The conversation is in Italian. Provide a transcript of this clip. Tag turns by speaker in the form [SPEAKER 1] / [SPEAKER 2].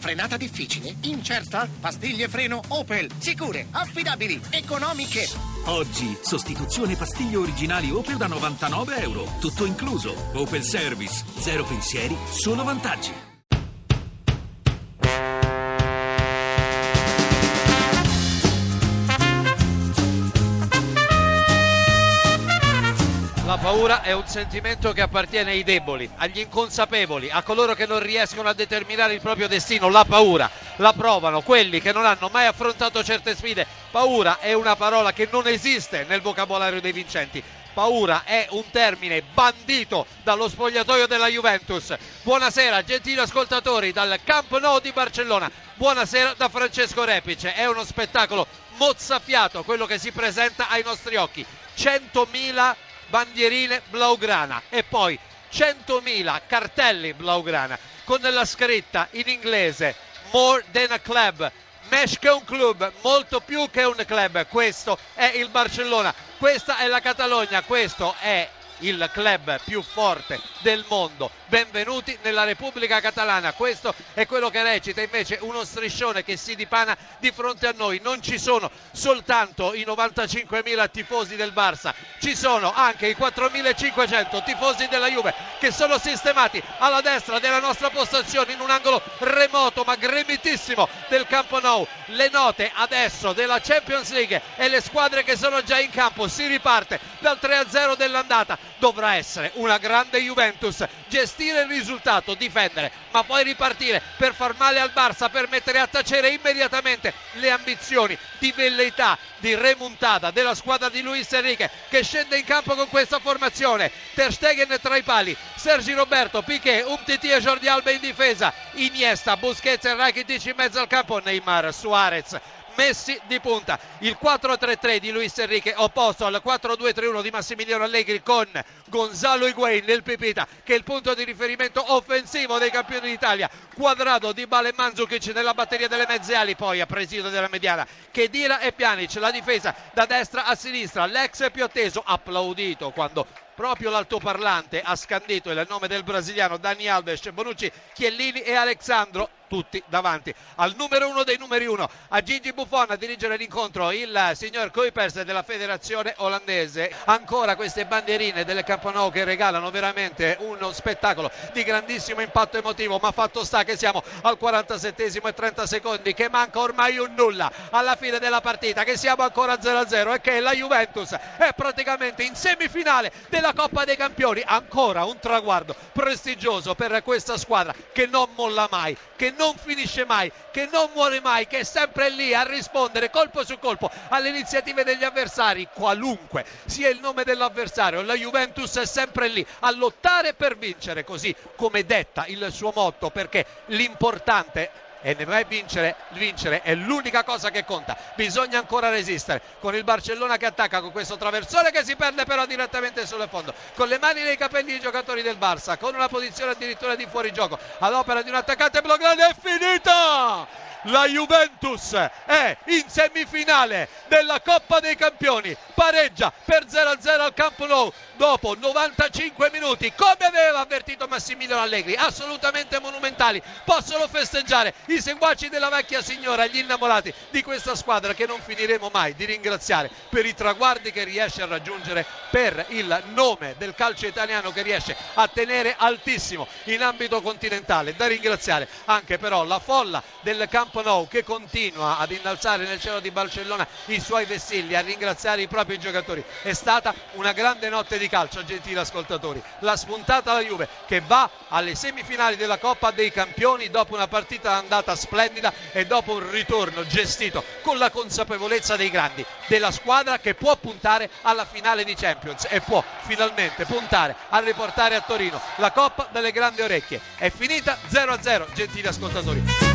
[SPEAKER 1] Frenata difficile? Incerta? Pastiglie freno Opel. Sicure, affidabili, economiche.
[SPEAKER 2] Oggi, sostituzione pastiglie originali Opel da €99. Tutto incluso. Opel Service. Zero pensieri, solo vantaggi.
[SPEAKER 3] La paura è un sentimento che appartiene ai deboli, agli inconsapevoli, a coloro che non riescono a determinare il proprio destino. La paura la provano quelli che non hanno mai affrontato certe sfide. Paura è una parola che non esiste nel vocabolario dei vincenti. Paura è un termine bandito dallo spogliatoio della Juventus. Buonasera gentili ascoltatori dal Camp Nou di Barcellona. Buonasera da Francesco Repic. È uno spettacolo mozzafiato quello che si presenta ai nostri occhi. 100.000 bandierine blaugrana e poi 100.000 cartelli blaugrana con la scritta in inglese "More than a club", mesh che un club, molto più che un club. Questo è il Barcellona, questa è la Catalogna, questo è il club più forte del mondo. Benvenuti nella Repubblica Catalana. Questo è quello che recita invece uno striscione che si dipana di fronte a noi. Non ci sono soltanto i 95.000 tifosi del Barça, ci sono anche i 4.500 tifosi della Juve che sono sistemati alla destra della nostra postazione in un angolo remoto ma gremitissimo del Camp Nou. Le note adesso della Champions League e le squadre che sono già in campo. Si riparte dal 3-0 dell'andata. Dovrà essere una grande Juventus, gestire il risultato, difendere, ma poi ripartire per far male al Barça, per mettere a tacere immediatamente le ambizioni di velleità, di remontata della squadra di Luis Enrique, che scende in campo con questa formazione. Ter Stegen tra i pali, Sergi Roberto, Piqué, Umtiti e Jordi Alba in difesa, Iniesta, Busquets e Rakitic in mezzo al campo, Neymar, Suarez, Messi di punta. Il 4-3-3 di Luis Enrique opposto al 4-2-3-1 di Massimiliano Allegri, con Gonzalo Higuaín nel Pipita che è il punto di riferimento offensivo dei campioni d'Italia, Cuadrado, Dybala e Mandzukic nella batteria delle mezze ali, poi a presidio della mediana Khedira e Pjanic. La difesa da destra a sinistra, l'ex più atteso, applaudito quando proprio l'altoparlante ha scandito il nome del brasiliano Dani Alves, Bonucci, Chiellini e Alexandro, tutti davanti al numero uno dei numeri uno, a Gigi Buffon, a dirigere l'incontro il signor Kuipers della federazione olandese. Ancora queste bandierine del Camp Nou che regalano veramente uno spettacolo di grandissimo impatto emotivo, ma fatto sta che siamo al 47esimo e 30 secondi, che manca ormai un nulla alla fine della partita, che siamo ancora 0-0 e che la Juventus è praticamente in semifinale della Coppa dei Campioni. Ancora un traguardo prestigioso per questa squadra che non molla mai, che non finisce mai, che non muore mai, che è sempre lì a rispondere colpo su colpo alle iniziative degli avversari, qualunque sia il nome dell'avversario. La Juventus è sempre lì a lottare per vincere, così come detta il suo motto, perché l'importante e ne vai vincere è l'unica cosa che conta. Bisogna ancora resistere con il Barcellona che attacca con questo traversone che si perde però direttamente sul fondo, con le mani nei capelli i giocatori del Barça, con una posizione addirittura di fuorigioco all'opera di un attaccante bloccato. È finita! La Juventus è in semifinale della Coppa dei Campioni, pareggia per 0-0 al Camp Nou dopo 95 minuti, come aveva avvertito Massimiliano Allegri, assolutamente monumentali. Possono festeggiare i seguaci della vecchia signora, gli innamorati di questa squadra che non finiremo mai di ringraziare per i traguardi che riesce a raggiungere, per il nome del calcio italiano che riesce a tenere altissimo in ambito continentale. Da ringraziare anche però la folla del Camp Nou che continua ad innalzare nel cielo di Barcellona i suoi vessilli, a ringraziare i propri giocatori. È stata una grande notte di calcio, gentili ascoltatori. La spuntata alla Juve che va alle semifinali della Coppa dei Campioni dopo una partita andata splendida e dopo un ritorno gestito con la consapevolezza dei grandi, della squadra che può puntare alla finale di Champions e può finalmente puntare a riportare a Torino la Coppa dalle grandi orecchie. È finita 0-0, gentili ascoltatori.